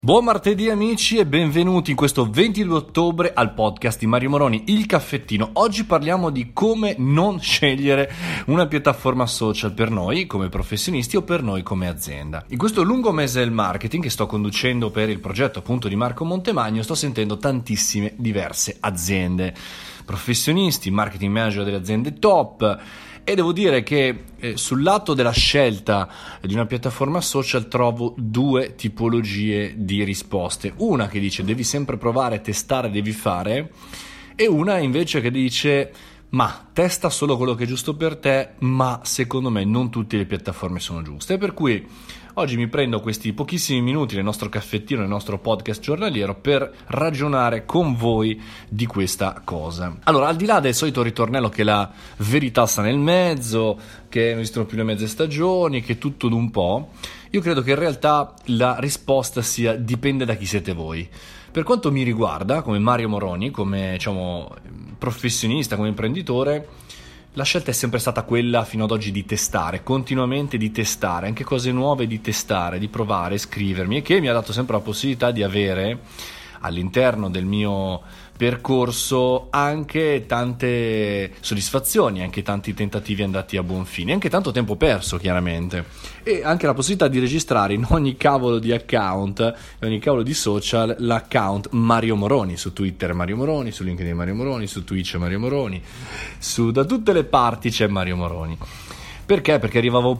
Buon martedì amici e benvenuti in questo 22 ottobre al podcast di Mario Moroni, il caffettino. Oggi parliamo di come non scegliere una piattaforma social per noi come professionisti o per noi come azienda. In questo lungo mese del marketing che sto conducendo per il progetto appunto di Marco Montemagno sto sentendo tantissime diverse aziende, professionisti, marketing manager delle aziende top. E devo dire che sul lato della scelta di una piattaforma social trovo due tipologie di risposte. Una che dice devi sempre provare, testare, devi fare, e una invece che dice ma testa solo quello che è giusto per te, ma secondo me non tutte le piattaforme sono giuste. Per cui oggi mi prendo questi pochissimi minuti nel nostro caffettino, nel nostro podcast giornaliero per ragionare con voi di questa cosa. Allora, al di là del solito ritornello che la verità sta nel mezzo, che non esistono più le mezze stagioni, che tutto d'un po', io credo che in realtà la risposta sia dipende da chi siete voi. Per quanto mi riguarda, come Mario Moroni, come professionista, come imprenditore, la scelta è sempre stata quella fino ad oggi di testare, continuamente di testare, anche cose nuove di testare, di provare, scrivermi, e che mi ha dato sempre la possibilità di avere all'interno del mio percorso anche tante soddisfazioni, anche tanti tentativi andati a buon fine, anche tanto tempo perso chiaramente, e anche la possibilità di registrare in ogni cavolo di account, in ogni cavolo di social, l'account Mario Moroni, su Twitter Mario Moroni, su LinkedIn Mario Moroni, su Twitch Mario Moroni, da tutte le parti c'è Mario Moroni. Perché? Perché arrivo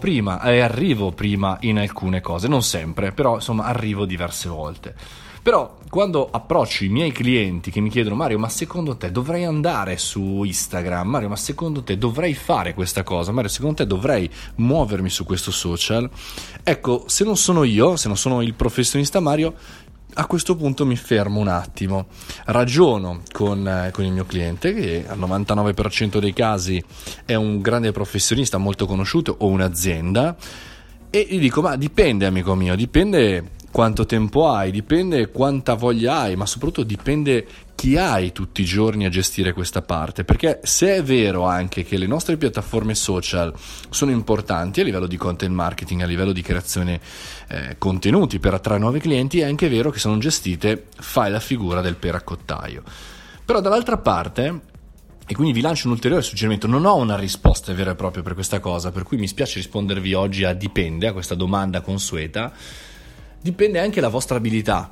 prima in alcune cose, non sempre, però insomma arrivo diverse volte. Però quando approccio i miei clienti che mi chiedono Mario, ma secondo te dovrei andare su Instagram? Mario, ma secondo te dovrei fare questa cosa? Mario, secondo te dovrei muovermi su questo social? Ecco, se non sono io, se non sono il professionista Mario, a questo punto mi fermo un attimo, ragiono con il mio cliente, che al 99% dei casi è un grande professionista molto conosciuto o un'azienda, e gli dico ma dipende amico mio, dipende quanto tempo hai, dipende quanta voglia hai, ma soprattutto dipende chi hai tutti i giorni a gestire questa parte, perché se è vero anche che le nostre piattaforme social sono importanti a livello di content marketing, a livello di creazione contenuti per attrarre nuovi clienti, è anche vero che se non gestite fai la figura del peracottaio. Però dall'altra parte, e quindi vi lancio un ulteriore suggerimento, non ho una risposta vera e propria per questa cosa, per cui mi spiace rispondervi oggi a dipende, a questa domanda consueta. Dipende anche la vostra abilità,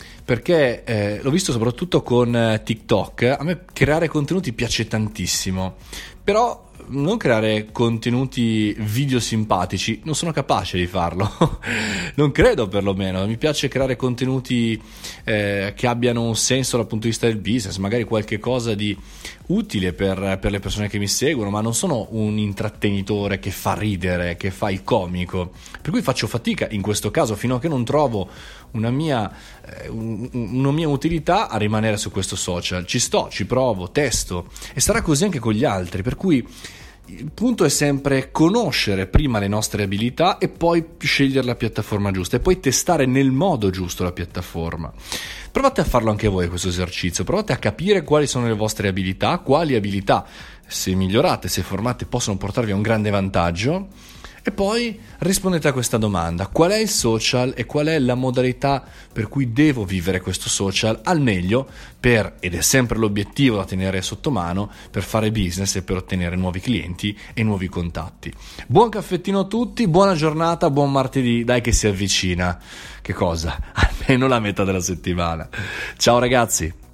perché l'ho visto soprattutto con TikTok, a me creare contenuti piace tantissimo, però non creare contenuti video simpatici, non sono capace di farlo, non credo perlomeno. Mi piace creare contenuti che abbiano un senso dal punto di vista del business, magari qualche cosa di utile per le persone che mi seguono, ma non sono un intrattenitore che fa ridere, che fa il comico, per cui faccio fatica in questo caso, fino a che non trovo una mia utilità, a rimanere su questo social. Ci provo, testo, e sarà così anche con gli altri, per cui il punto è sempre conoscere prima le nostre abilità e poi scegliere la piattaforma giusta e poi testare nel modo giusto la piattaforma. Provate a farlo anche voi questo esercizio, provate a capire quali sono le vostre abilità, quali abilità, se migliorate, se formate, possono portarvi a un grande vantaggio. E poi rispondete a questa domanda: qual è il social e qual è la modalità per cui devo vivere questo social al meglio ed è sempre l'obiettivo da tenere sotto mano, per fare business e per ottenere nuovi clienti e nuovi contatti. Buon caffettino a tutti, buona giornata, buon martedì, dai che si avvicina. Che cosa? Almeno la metà della settimana. Ciao ragazzi!